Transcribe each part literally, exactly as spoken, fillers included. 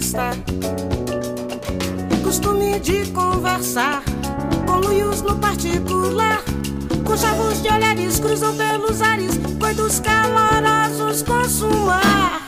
festa, costume de conversar com luios no particular, com chavos de olhares cruzam pelos ares, coitos calorosos consumar.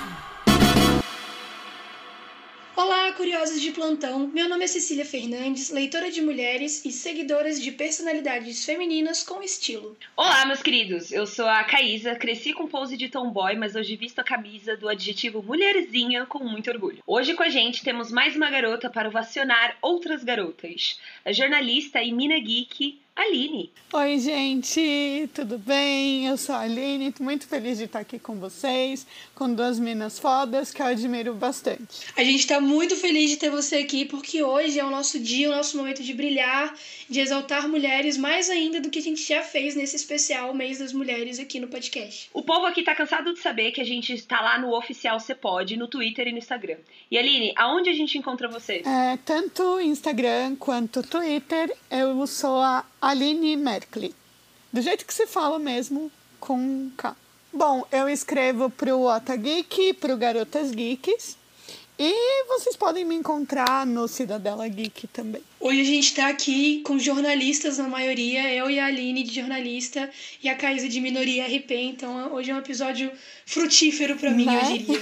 Olá, curiosos de plantão! Meu nome é Cecília Fernandes, leitora de mulheres e seguidoras de personalidades femininas com estilo. Olá, meus queridos! Eu sou a Caísa, cresci com pose de tomboy, mas hoje visto a camisa do adjetivo mulherzinha com muito orgulho. Hoje com a gente temos mais uma garota para ovacionar outras garotas. A jornalista e mina geek, Aline. Oi, gente, tudo bem? Eu sou a Aline, tô muito feliz de estar aqui com vocês, com duas minas fodas que eu admiro bastante. A gente tá muito feliz de ter você aqui, porque hoje é o nosso dia, o nosso momento de brilhar, de exaltar mulheres, mais ainda do que a gente já fez nesse especial Mês das Mulheres aqui no podcast. O povo aqui tá cansado de saber que a gente está lá no Oficial Cê Pode, no Twitter e no Instagram. E Aline, aonde a gente encontra você? É, tanto Instagram quanto Twitter, eu sou a Aline Merkley. Do jeito que se fala mesmo, com K. Bom, eu escrevo pro Ota Geek, pro Garotas Geeks. E vocês podem me encontrar no Cidadela Geek também. Hoje a gente tá aqui com jornalistas na maioria, eu e a Aline de jornalista e a Caísa de minoria R P. Então hoje é um episódio frutífero pra mim, né? Eu diria.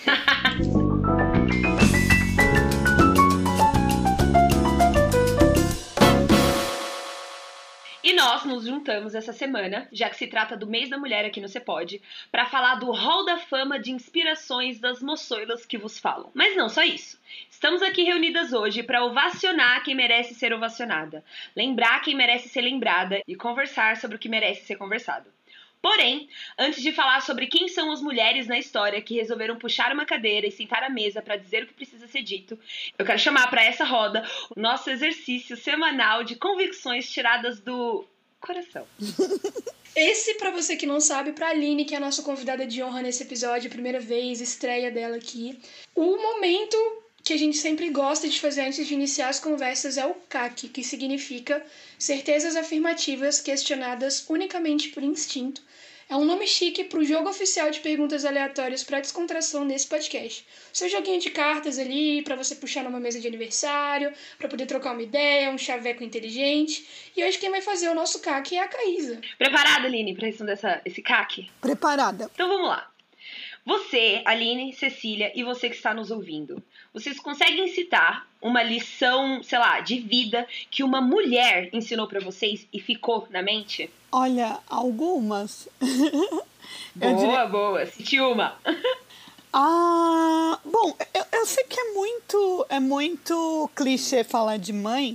E nós nos juntamos essa semana, já que se trata do mês da mulher aqui no Cê Pode, para falar do Hall da Fama de inspirações das moçoilas que vos falam. Mas não só isso. Estamos aqui reunidas hoje para ovacionar quem merece ser ovacionada, lembrar quem merece ser lembrada e conversar sobre o que merece ser conversado. Porém, antes de falar sobre quem são as mulheres na história que resolveram puxar uma cadeira e sentar à mesa para dizer o que precisa ser dito, eu quero chamar para essa roda o nosso exercício semanal de convicções tiradas do coração. Esse, pra você que não sabe, pra Aline, que é a nossa convidada de honra nesse episódio, a primeira vez, estreia dela aqui. O momento que a gente sempre gosta de fazer antes de iniciar as conversas é o C A C, que significa Certezas Afirmativas Questionadas Unicamente por Instinto. É um nome chique pro jogo oficial de perguntas aleatórias para descontração nesse podcast. Seu joguinho de cartas ali, para você puxar numa mesa de aniversário, para poder trocar uma ideia, um chaveco inteligente. E hoje quem vai fazer o nosso C A C é a Caísa. Preparada, Aline, para responder essa, esse C A C? Preparada. Então vamos lá. Você, Aline, Cecília e você que está nos ouvindo, vocês conseguem citar uma lição, sei lá, de vida que uma mulher ensinou pra vocês e ficou na mente? Olha, algumas. Boa, diria... boa. Cite uma. Ah, bom, eu, eu sei que é muito, é muito clichê falar de mãe,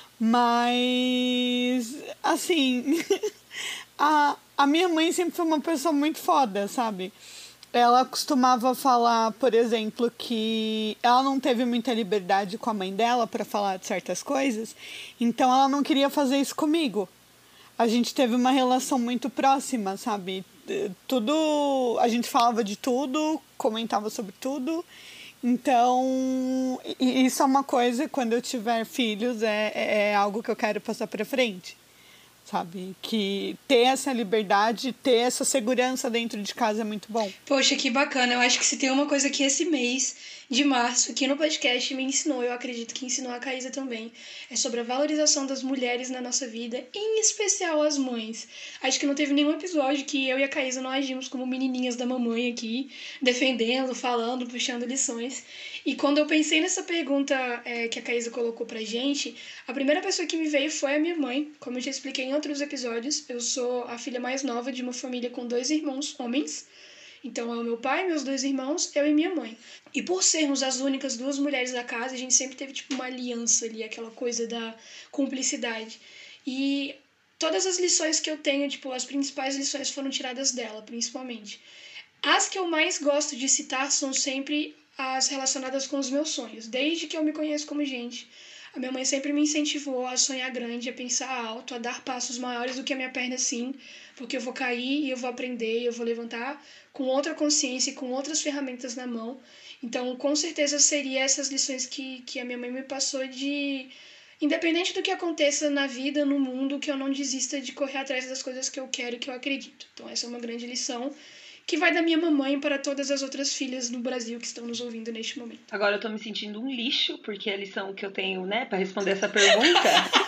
mas, assim, a, a minha mãe sempre foi uma pessoa muito foda, sabe? Ela costumava falar, por exemplo, que ela não teve muita liberdade com a mãe dela para falar de certas coisas, então ela não queria fazer isso comigo. A gente teve uma relação muito próxima, sabe? Tudo, a gente falava de tudo, comentava sobre tudo. Então, isso é uma coisa, quando eu tiver filhos, é, é algo que eu quero passar para frente. Sabe, que ter essa liberdade, ter essa segurança dentro de casa é muito bom. Poxa, que bacana. Eu acho que se tem uma coisa que esse mês de março aqui no podcast me ensinou, eu acredito que ensinou a Caísa também, é sobre a valorização das mulheres na nossa vida, em especial as mães. Acho que não teve nenhum episódio que eu e a Caísa não agimos como menininhas da mamãe aqui, defendendo, falando, puxando lições. E quando eu pensei nessa pergunta é, que a Caísa colocou pra gente, a primeira pessoa que me veio foi a minha mãe. Como eu já expliquei em outros episódios, eu sou a filha mais nova de uma família com dois irmãos homens. Então é o meu pai, meus dois irmãos, eu e minha mãe. E por sermos as únicas duas mulheres da casa, a gente sempre teve tipo uma aliança ali, aquela coisa da cumplicidade. E todas as lições que eu tenho, tipo, as principais lições foram tiradas dela, principalmente. As que eu mais gosto de citar são sempre as relacionadas com os meus sonhos. Desde que eu me conheço como gente, a minha mãe sempre me incentivou a sonhar grande, a pensar alto, a dar passos maiores do que a minha perna, sim, porque eu vou cair e eu vou aprender, eu vou levantar com outra consciência e com outras ferramentas na mão. Então, com certeza, seria essas lições que, que a minha mãe me passou de... Independente do que aconteça na vida, no mundo, que eu não desista de correr atrás das coisas que eu quero e que eu acredito. Então, essa é uma grande lição que vai da minha mamãe para todas as outras filhas no Brasil que estão nos ouvindo neste momento. Agora eu tô me sentindo um lixo, porque a lição que eu tenho, né, pra responder essa pergunta...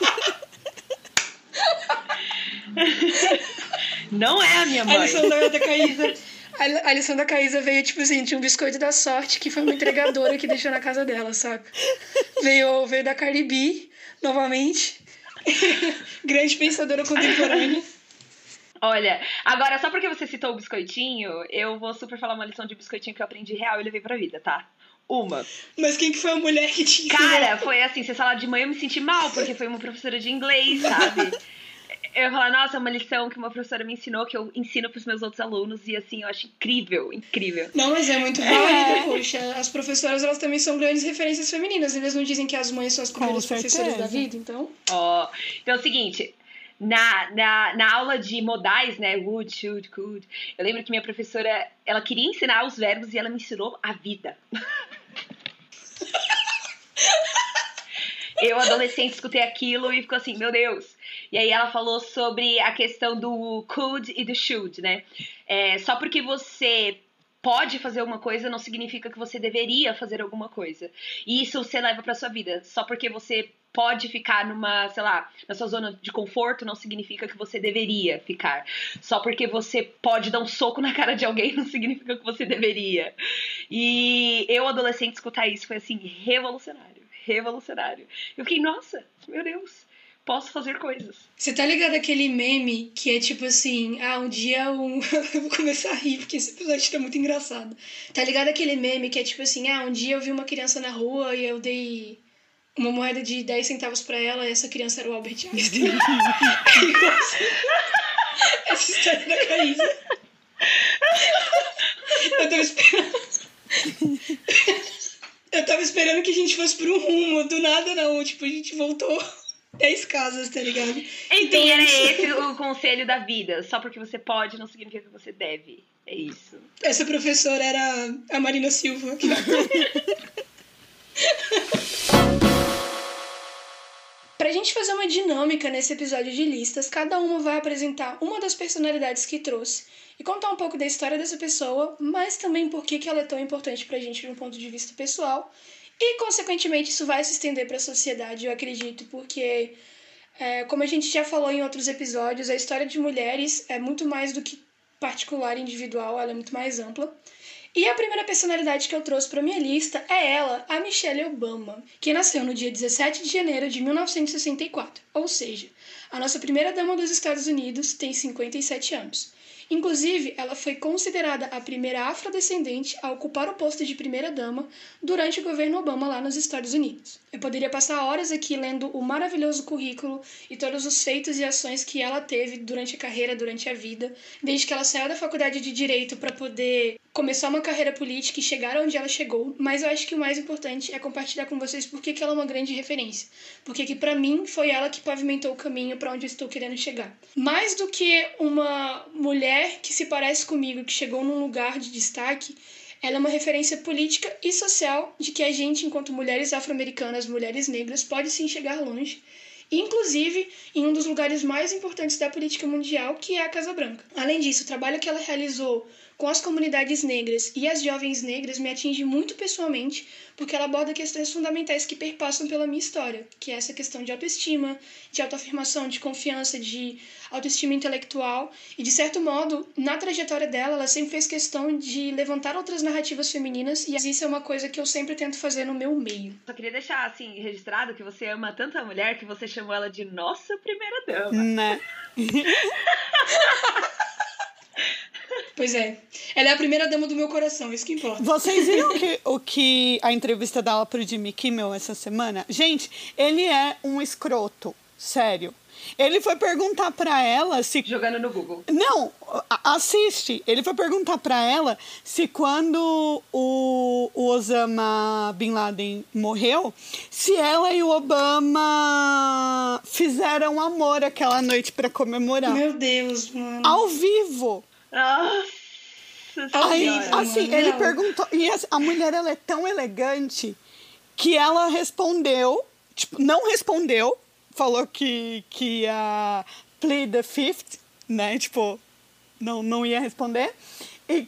Não é a minha mãe. A lição da, da Caísa... A, a lição da Caísa veio, tipo assim, de um biscoito da sorte que foi uma entregadora que deixou na casa dela, saca? Veio, veio da Cardi B, novamente. Grande pensadora contemporânea. Olha, agora só porque você citou o biscoitinho, eu vou super falar uma lição de biscoitinho que eu aprendi real e levei pra vida, tá? Uma. Mas quem que foi a mulher que te ensinou? Cara, foi assim, você falar de manhã eu me senti mal, porque foi uma professora de inglês, sabe? Eu ia falar, nossa, é uma lição que uma professora me ensinou, que eu ensino pros meus outros alunos, e assim, eu acho incrível, incrível. Não, mas é muito válida, é. Poxa. As professoras, elas também são grandes referências femininas, eles não dizem que as mães são as primeiras professoras da vida, então... Ó, oh, então é o seguinte, na, na, na aula de modais, né, would, should, could, eu lembro que minha professora, ela queria ensinar os verbos e ela me ensinou a vida. Eu, adolescente, escutei aquilo e ficou assim, meu Deus... E aí ela falou sobre a questão do could e do should, né? É, só porque você pode fazer uma coisa não significa que você deveria fazer alguma coisa. E isso você leva pra sua vida. Só porque você pode ficar numa, sei lá, na sua zona de conforto não significa que você deveria ficar. Só porque você pode dar um soco na cara de alguém não significa que você deveria. E eu, adolescente, escutar isso foi assim, revolucionário. Revolucionário. Eu fiquei, nossa, meu Deus. Posso fazer coisas. Você tá ligado aquele meme que é tipo assim, ah, um dia um... eu vou começar a rir porque esse episódio tá muito engraçado. Tá ligado aquele meme que é tipo assim, ah, um dia eu vi uma criança na rua e eu dei uma moeda de dez centavos pra ela e essa criança era o Albert Einstein. Essa história da Caísa. Eu tava esperando... eu tava esperando que a gente fosse por um rumo, do nada não, tipo, a gente voltou... dez casas, tá ligado? Enfim, então, era isso... esse o conselho da vida. Só porque você pode não significa que você deve. É isso. Essa professora era a Marina Silva. Pra gente fazer uma dinâmica nesse episódio de listas, cada uma vai apresentar uma das personalidades que trouxe e contar um pouco da história dessa pessoa, mas também por que ela é tão importante pra gente de um ponto de vista pessoal. E, consequentemente, isso vai se estender para a sociedade, eu acredito, porque, é, como a gente já falou em outros episódios, a história de mulheres é muito mais do que particular e individual, ela é muito mais ampla. E a primeira personalidade que eu trouxe para minha lista é ela, a Michelle Obama, que nasceu no dia dezessete de janeiro de mil novecentos e sessenta e quatro, ou seja, a nossa primeira dama dos Estados Unidos tem cinquenta e sete anos. Inclusive, ela foi considerada a primeira afrodescendente a ocupar o posto de primeira-dama durante o governo Obama lá nos Estados Unidos. Eu poderia passar horas aqui lendo o maravilhoso currículo e todos os feitos e ações que ela teve durante a carreira, durante a vida, desde que ela saiu da faculdade de Direito para poder começar uma carreira política e chegar onde ela chegou, mas eu acho que o mais importante é compartilhar com vocês por que ela é uma grande referência. Porque que para mim foi ela que pavimentou o caminho para onde eu estou querendo chegar. Mais do que uma mulher que se parece comigo, que chegou num lugar de destaque, ela é uma referência política e social de que a gente, enquanto mulheres afro-americanas, mulheres negras, pode sim chegar longe, inclusive em um dos lugares mais importantes da política mundial, que é a Casa Branca. Além disso, o trabalho que ela realizou com as comunidades negras e as jovens negras me atinge muito pessoalmente, porque ela aborda questões fundamentais que perpassam pela minha história, que é essa questão de autoestima, de autoafirmação, de confiança, de autoestima intelectual. E, de certo modo, na trajetória dela, ela sempre fez questão de levantar outras narrativas femininas, e isso é uma coisa que eu sempre tento fazer no meu meio. Só queria deixar, assim, registrado que você ama tanto a mulher que você chamou ela de nossa primeira dama. Né? Pois é. Ela é a primeira dama do meu coração, isso que importa. Vocês viram que, o que a entrevista dela pro Jimmy Kimmel essa semana? Gente, ele é um escroto. Sério. Ele foi perguntar pra ela se... Jogando no Google. Não, assiste. Ele foi perguntar pra ela se quando o, o Osama Bin Laden morreu, se ela e o Obama fizeram amor aquela noite pra comemorar. Meu Deus, mano. Ao vivo. Nossa Aí, senhora. assim, Não. ele perguntou... E a mulher, ela é tão elegante que ela respondeu... Tipo, não respondeu. Falou que, que ia plead the fifth, né? Tipo, não, não ia responder. e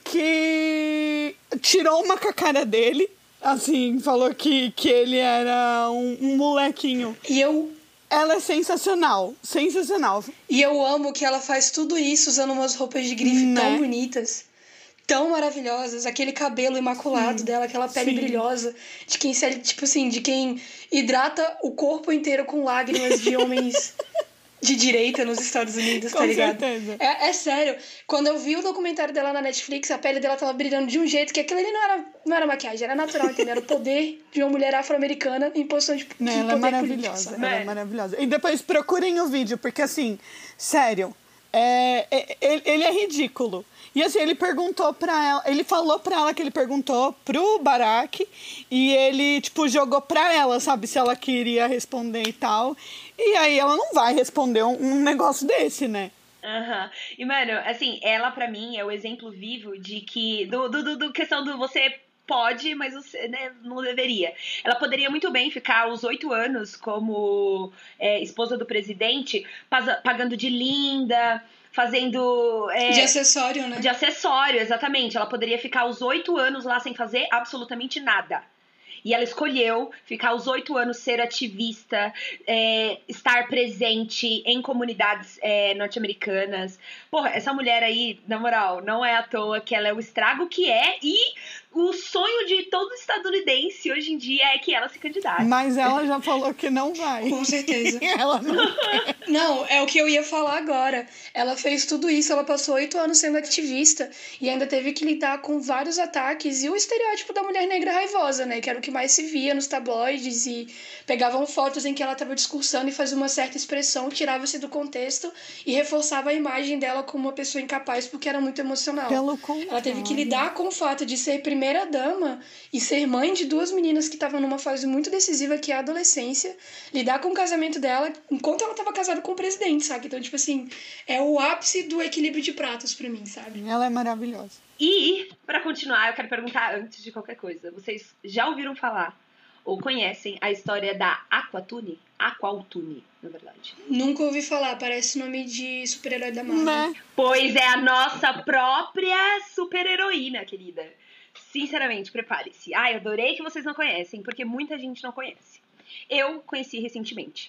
que tirou uma com a cara dele, assim, falou que, que ele era um, um molequinho. E eu... Ela é sensacional, sensacional. E eu amo que ela faz tudo isso usando umas roupas de grife Né? tão bonitas, tão maravilhosas. Aquele cabelo imaculado Sim. dela, aquela pele Sim. brilhosa. De quem, se- tipo assim, de quem hidrata o corpo inteiro com lágrimas de homens de direita nos Estados Unidos, tá Com ligado? certeza. É, é sério. Quando eu vi o documentário dela na Netflix, a pele dela tava brilhando de um jeito que aquilo ali não era, não era maquiagem, era natural, entendeu? Era o poder de uma mulher afro-americana em posição de, de Né, ela é poder maravilhosa, político, sabe? ela é Mano. maravilhosa. E depois procurem o vídeo, porque assim, sério, é, é- ele, ele é ridículo. E assim, ele perguntou pra ela, ele falou pra ela que ele perguntou pro Barack e ele, tipo, jogou pra ela, sabe, se ela queria responder e tal. E aí ela não vai responder um, um negócio desse, né? Aham. E, mano, assim, ela pra mim é o exemplo vivo de que. Do, do, do, do questão do você pode, mas você, né, não deveria. Ela poderia muito bem ficar os oito anos como é, esposa do presidente, pasa- pagando de linda, fazendo. é, De acessório, né? de acessório, exatamente. Ela poderia ficar os oito anos lá sem fazer absolutamente nada. E ela escolheu ficar os oito anos ser ativista, é, estar presente em comunidades é, norte-americanas. Porra, essa mulher aí, na moral, não é à toa que ela é o estrago que é. E o sonho de todo estadunidense hoje em dia é que ela se candidate. Mas ela já falou que não vai. Com certeza. Ela não Não, é o que eu ia falar agora. Ela fez tudo isso, ela passou oito anos sendo ativista e ainda teve que lidar com vários ataques e o estereótipo da mulher negra raivosa, né? Que era o que mais se via nos tabloides e pegavam fotos em que ela estava discursando e fazia uma certa expressão, tirava-se do contexto e reforçava a imagem dela como uma pessoa incapaz porque era muito emocional. Pelo contrário. Ela teve que lidar com o fato de ser primeira-dama e ser mãe de duas meninas que estavam numa fase muito decisiva, que é a adolescência, lidar com o casamento dela enquanto ela estava casada com o presidente, sabe? Então, tipo assim, é o ápice do equilíbrio de pratos pra mim, sabe? Ela é maravilhosa. E, pra continuar, eu quero perguntar antes de qualquer coisa. Vocês já ouviram falar ou conhecem a história da Aquatune? Aquautune, na verdade. Nunca ouvi falar, parece nome de super-herói da Marvel. Né? Pois é a nossa própria super-heroína, querida. Sinceramente, prepare-se. Ai, adorei que vocês não conhecem, porque muita gente não conhece. Eu conheci recentemente.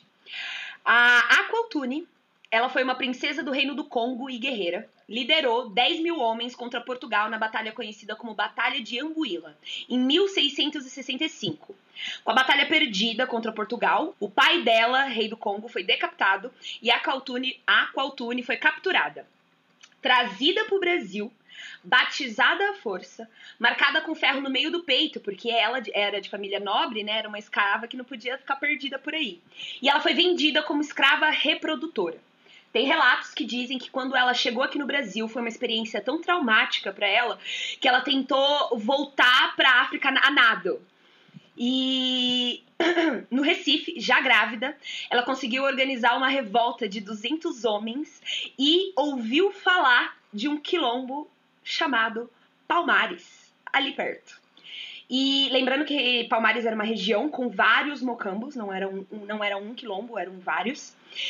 A Aquautune, ela foi uma princesa do Reino do Congo e guerreira. Liderou dez mil homens contra Portugal na batalha conhecida como Batalha de Anguilla, em mil seiscentos e sessenta e cinco. Com a batalha perdida contra Portugal, o pai dela, rei do Congo, foi decapitado e a Aquautune, a Aquautune foi capturada. Trazida para o Brasil, batizada à força, marcada com ferro no meio do peito, porque ela era de família nobre, né? Era uma escrava que não podia ficar perdida por aí. E ela foi vendida como escrava reprodutora. Tem relatos que dizem que quando ela chegou aqui no Brasil foi uma experiência tão traumática para ela que ela tentou voltar para a África a nado. E no Recife, já grávida, ela conseguiu organizar uma revolta de duzentos homens e ouviu falar de um quilombo chamado Palmares, ali perto. E lembrando que Palmares era uma região com vários mocambos, não era um, não era um quilombo, eram vários.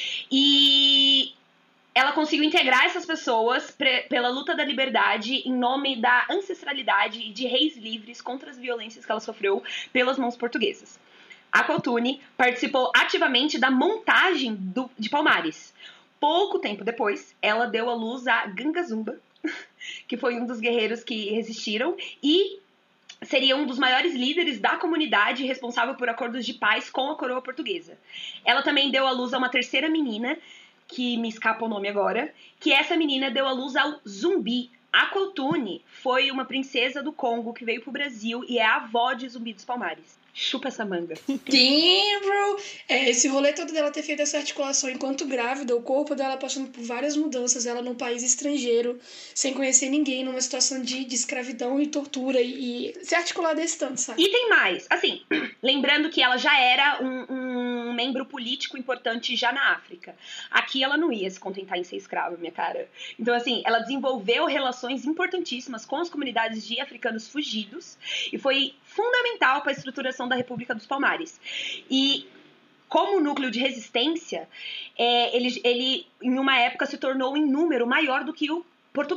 E ela conseguiu integrar essas pessoas pre- pela luta da liberdade em nome da ancestralidade e de reis livres contra as violências que ela sofreu pelas mãos portuguesas. A Aquautune participou ativamente da montagem do, de Palmares. Pouco tempo depois, ela deu à luz a Gangazumba, que foi um dos guerreiros que resistiram e seria um dos maiores líderes da comunidade responsável por acordos de paz com a coroa portuguesa. Ela também deu à luz a uma terceira menina, que me escapa o nome agora, que essa menina deu à luz ao Zumbi. Aquautune foi uma princesa do Congo que veio pro Brasil e é a avó de Zumbi dos Palmares. Chupa essa manga. Damn, bro! É, esse rolê todo dela ter feito essa articulação enquanto grávida, o corpo dela passando por várias mudanças, ela num país estrangeiro, sem conhecer ninguém, numa situação de, de escravidão e tortura, e, e se articular desse tanto, sabe? E tem mais, assim, lembrando que ela já era um, um membro político importante já na África. Aqui ela não ia se contentar em ser escrava, minha cara. Então, assim, ela desenvolveu relações importantíssimas com as comunidades de africanos fugidos e foi fundamental para a estruturação da República dos Palmares. E como núcleo de resistência, é, ele, ele em uma época se tornou em número maior do que o Portugal.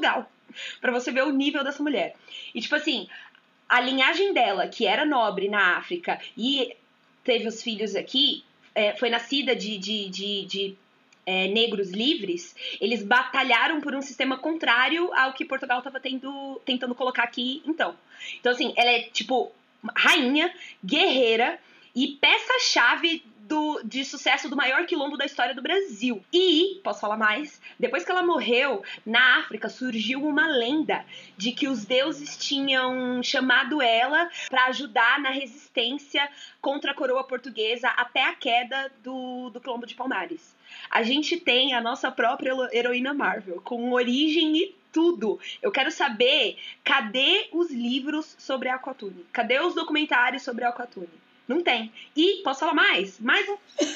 pra você ver o nível dessa mulher. E, tipo assim, a linhagem dela, que era nobre na África e teve os filhos aqui, é, foi nascida de, de, de, de é, negros livres, eles batalharam por um sistema contrário ao que Portugal estava tentando colocar aqui, então. Então, assim, ela é, tipo, rainha, guerreira e peça-chave Do, de sucesso do maior quilombo da história do Brasil. E, posso falar mais, depois que ela morreu, na África surgiu uma lenda de que os deuses tinham chamado ela para ajudar na resistência contra a coroa portuguesa até a queda do, do quilombo de Palmares. A gente tem a nossa própria heroína Marvel, com origem e tudo. Eu quero saber, cadê os livros sobre a Aquatune? Cadê os documentários sobre a Aquatune? Não tem. E, posso falar mais? Mais um...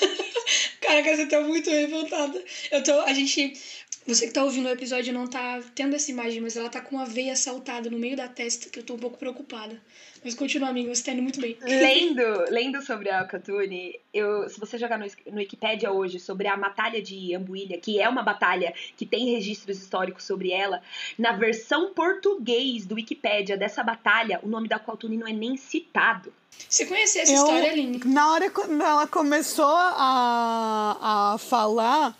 Caraca, você tá muito revoltada. Eu tô... A gente... Você que tá ouvindo o episódio não tá tendo essa imagem, mas ela tá com uma veia saltada no meio da testa, que eu tô um pouco preocupada. Mas continua, amiga, você tá indo muito bem. Lendo, lendo sobre a Aquatune, eu, se você jogar no, no Wikipedia hoje sobre a Batalha de Ambuília, que é uma batalha que tem registros históricos sobre ela, na versão português do Wikipedia dessa batalha, o nome da Aquatune não é nem citado. Você conhecia essa eu, história, Aline? Na hora que ela começou a, a falar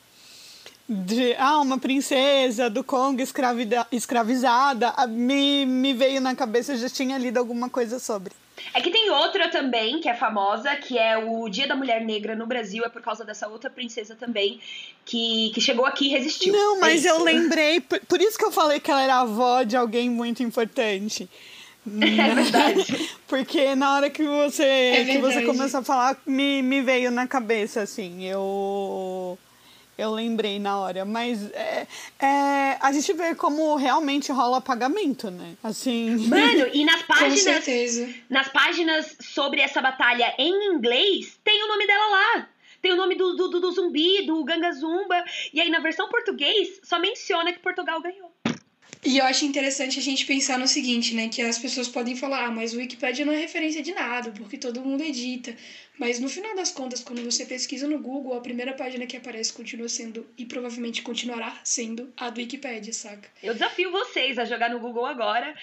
de ah, uma princesa do Congo escravida, escravizada, me, me veio na cabeça, eu já tinha lido alguma coisa sobre. É que tem outra também, que é famosa, que é o Dia da Mulher Negra no Brasil, é por causa dessa outra princesa também, que, que chegou aqui e resistiu. Não, mas é eu lembrei, por, por isso que eu falei que ela era avó de alguém muito importante. É verdade. Porque na hora que você, é que você começou a falar, me, me veio na cabeça, assim, eu... Eu lembrei na hora, mas é, é, a gente vê como realmente rola pagamento, né? Assim... Mano, e nas páginas, Com certeza. nas páginas sobre essa batalha em inglês, tem o nome dela lá. Tem o nome do, do, do Zumbi, do Ganga Zumba. E aí na versão português só menciona que Portugal ganhou. E eu acho interessante a gente pensar no seguinte, né? Que as pessoas podem falar, ah, mas o Wikipedia não é referência de nada, porque todo mundo edita. Mas no final das contas, quando você pesquisa no Google, a primeira página que aparece continua sendo, e provavelmente continuará sendo, a do Wikipedia, saca? Eu desafio vocês a jogar no Google agora,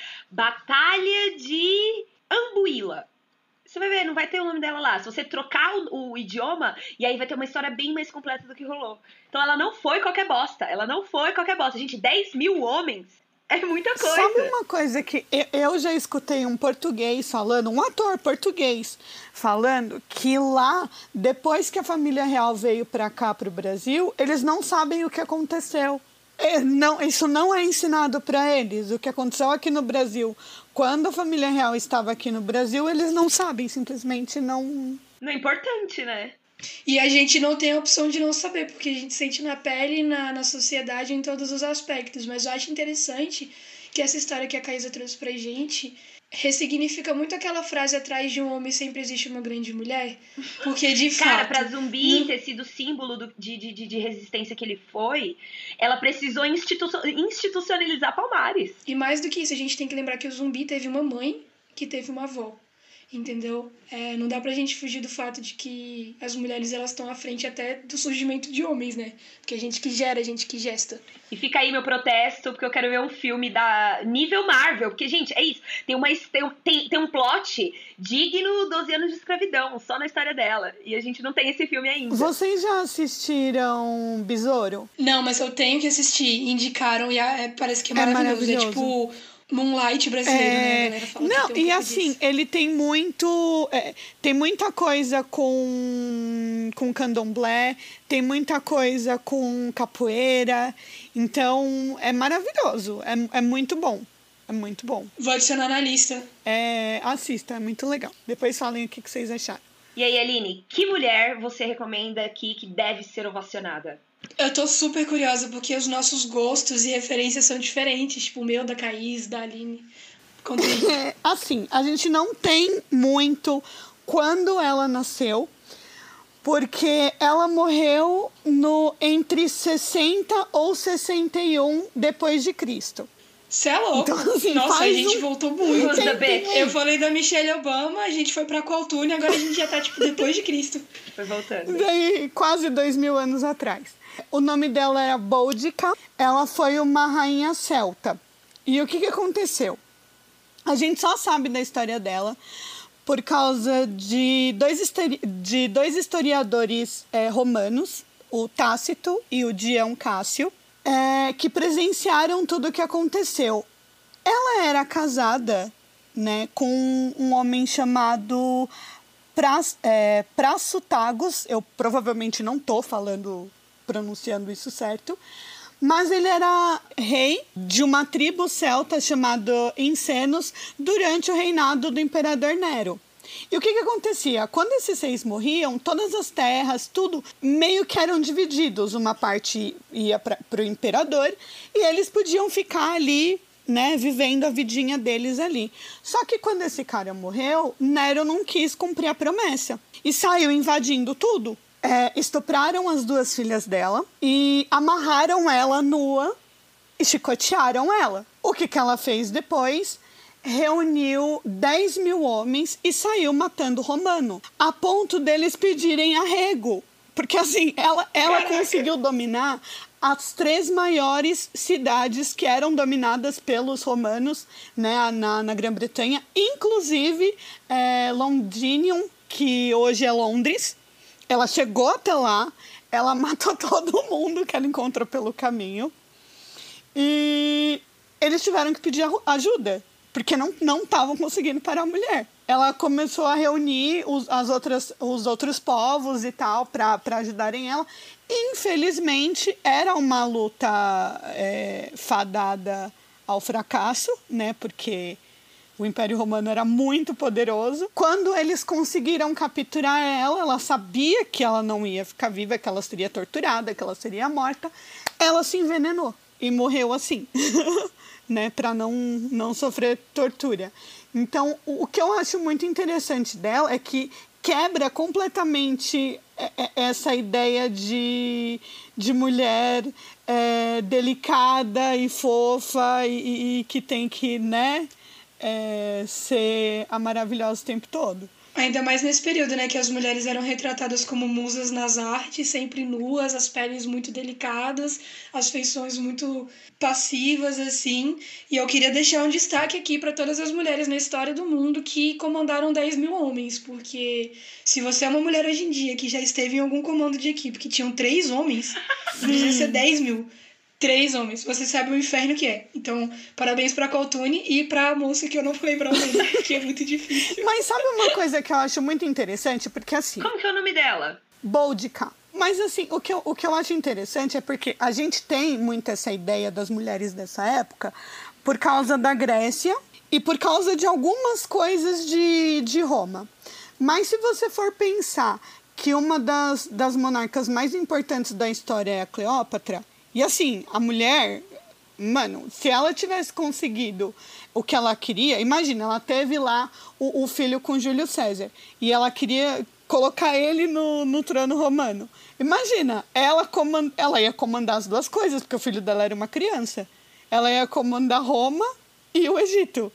Batalha de Ambuíla. Você vai ver, não vai ter o nome dela lá. Se você trocar o, o idioma, e aí vai ter uma história bem mais completa do que rolou. Então ela não foi qualquer bosta. Ela não foi qualquer bosta. Gente, dez mil homens é muita coisa. Sabe uma coisa que eu já escutei um português falando, um ator português falando, que lá, depois que a família real veio pra cá, pro Brasil, eles não sabem o que aconteceu. Não, isso não é ensinado para eles. O que aconteceu aqui no Brasil, quando a família real estava aqui no Brasil, eles não sabem, simplesmente não... Não é importante, né? E a gente não tem a opção de não saber, porque a gente sente na pele, na, na sociedade, em todos os aspectos. Mas eu acho interessante que essa história que a Caísa trouxe pra gente ressignifica muito aquela frase atrás de um homem sempre existe uma grande mulher. Porque, de Cara, fato... pra Zumbi não... ter sido símbolo do, de, de, de resistência que ele foi, ela precisou institu- institucionalizar Palmares. E mais do que isso, a gente tem que lembrar que o Zumbi teve uma mãe que teve uma avó. Entendeu? É, não dá pra gente fugir do fato de que as mulheres elas estão à frente até do surgimento de homens, né? Porque a gente que gera, a gente que gesta. E fica aí meu protesto, porque eu quero ver um filme da nível Marvel. Porque, gente, é isso. Tem, uma, tem, tem, tem um plot digno doze anos de escravidão, só na história dela. E a gente não tem esse filme ainda. Vocês já assistiram Besouro? Não, mas eu tenho que assistir. Indicaram e é, parece que é É maravilhoso. maravilhoso. É tipo... Moonlight brasileiro, É... né? A galera fala Não, que tem um e pouco assim, disso. ele tem muito. É, tem muita coisa com, com candomblé, tem muita coisa com capoeira. Então, é maravilhoso. É, é muito bom. É muito bom. Vou adicionar na lista. É, assista, é muito legal. Depois falem o que, que vocês acharam. E aí, Aline, que mulher você recomenda aqui que deve ser ovacionada? Eu tô super curiosa, porque os nossos gostos e referências são diferentes. Tipo, o meu, da Caís, da Aline. Conta aí. É, assim, a gente não tem muito quando ela nasceu, porque ela morreu no, entre sessenta ou sessenta e um depois de Cristo. Você é louco. Então, assim, Nossa, a faz gente um- voltou muito. Who's the bitch? Eu falei da Michelle Obama, a gente foi pra Qualtune, agora a gente já tá, tipo, depois de Cristo. Foi voltando. Daí, quase dois mil anos atrás. O nome dela era Boudica. Ela foi uma rainha celta. E o que, que aconteceu? A gente só sabe da história dela por causa de dois, histori- de dois historiadores é, romanos, o Tácito e o Dião Cássio, é, que presenciaram tudo o que aconteceu. Ela era casada, né, com um homem chamado Pras, é, Prasutagus. Eu provavelmente não estou falando, pronunciando isso certo, mas ele era rei de uma tribo celta chamada Encenos durante o reinado do imperador Nero. E o que, que acontecia? Quando esses reis morriam, todas as terras, tudo, meio que eram divididos. Uma parte ia para o imperador e eles podiam ficar ali, né, vivendo a vidinha deles ali. Só que quando esse cara morreu, Nero não quis cumprir a promessa e saiu invadindo tudo. É, estupraram as duas filhas dela e amarraram ela nua e chicotearam ela. O que, que ela fez depois? Reuniu dez mil homens e saiu matando romano, a ponto deles pedirem arrego. Porque assim, ela, ela conseguiu dominar as três maiores cidades que eram dominadas pelos romanos, né, na, na Grã-Bretanha, inclusive é, Londinium, que hoje é Londres. Ela chegou até lá, ela matou todo mundo que ela encontrou pelo caminho. E eles tiveram que pedir ajuda, porque não estavam conseguindo parar a mulher. Ela começou a reunir os, as outras, os outros povos e tal para ajudarem ela. Infelizmente, era uma luta é, fadada ao fracasso, né? Porque o Império Romano era muito poderoso. Quando eles conseguiram capturar ela, ela sabia que ela não ia ficar viva, que ela seria torturada, que ela seria morta. Ela se envenenou e morreu assim, né? Para não, não sofrer tortura. Então, o que eu acho muito interessante dela é que quebra completamente essa ideia de, de mulher é, delicada e fofa e, e que tem que, né, é, ser a maravilhosa o tempo todo. Ainda mais nesse período, né, que as mulheres eram retratadas como musas nas artes, sempre nuas, as peles muito delicadas, as feições muito passivas, assim. E eu queria deixar um destaque aqui para todas as mulheres na história do mundo que comandaram dez mil homens, porque se você é uma mulher hoje em dia que já esteve em algum comando de equipe que tinham três homens, precisa ser dez mil. Três homens. Você sabe o inferno que é. Então, parabéns pra Coltune e pra moça que eu não vou lembrar o nome, porque é muito difícil. Mas sabe uma coisa que eu acho muito interessante? Porque assim... Como que é o nome dela? Boudica. Mas assim, o que, eu, o que eu acho interessante é porque a gente tem muito essa ideia das mulheres dessa época por causa da Grécia e por causa de algumas coisas de, de Roma. Mas se você for pensar que uma das, das monarcas mais importantes da história é a Cleópatra, e assim, a mulher, mano, se ela tivesse conseguido o que ela queria, imagina, ela teve lá o, o filho com Júlio César e ela queria colocar ele no, no trono romano. Imagina, ela, comand, ela ia comandar as duas coisas, porque o filho dela era uma criança. Ela ia comandar Roma e o Egito.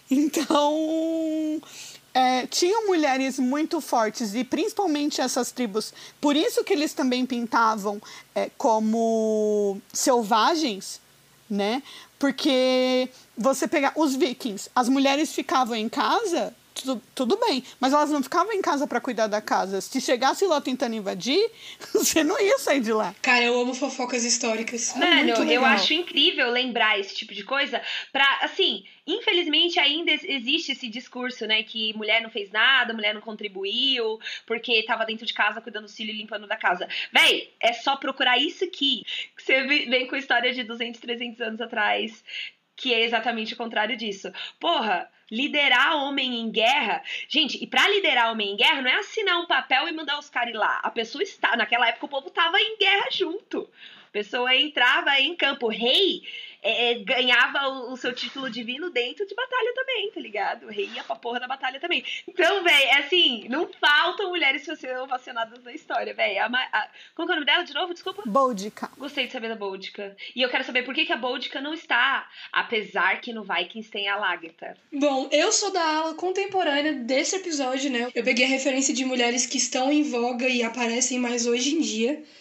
Então... É, tinham mulheres muito fortes e principalmente essas tribos, por isso que eles também pintavam é, como selvagens, né? Porque você pegar os vikings, as mulheres ficavam em casa, tudo, tudo bem, mas elas não ficavam em casa para cuidar da casa. Se chegasse lá tentando invadir, você não ia sair de lá. Cara, eu amo fofocas históricas. Mano, eu acho incrível lembrar esse tipo de coisa pra, assim, infelizmente ainda existe esse discurso, né, que mulher não fez nada, mulher não contribuiu, porque tava dentro de casa cuidando do filho e limpando da casa. Véi, é só procurar isso aqui, que você vem com história de duzentos, trezentos anos atrás, que é exatamente o contrário disso. Porra, liderar homem em guerra... Gente, e pra liderar homem em guerra não é assinar um papel e mandar os caras ir lá. A pessoa está... Naquela época o povo tava em guerra junto. A pessoa entrava em campo. O rei é, ganhava o, o seu título divino dentro de batalha também, tá ligado? O rei ia pra porra da batalha também. Então, véi, é assim, não faltam mulheres ovacionadas na história, véi. A, a, como que é o nome dela de novo? Desculpa. Boudica. Gostei de saber da Boudica. E eu quero saber por que, que a Boudica não está, apesar que no Vikings tem a Lágata. Bom, eu sou da ala contemporânea desse episódio, né? Eu peguei a referência de mulheres que estão em voga e aparecem mais hoje em dia.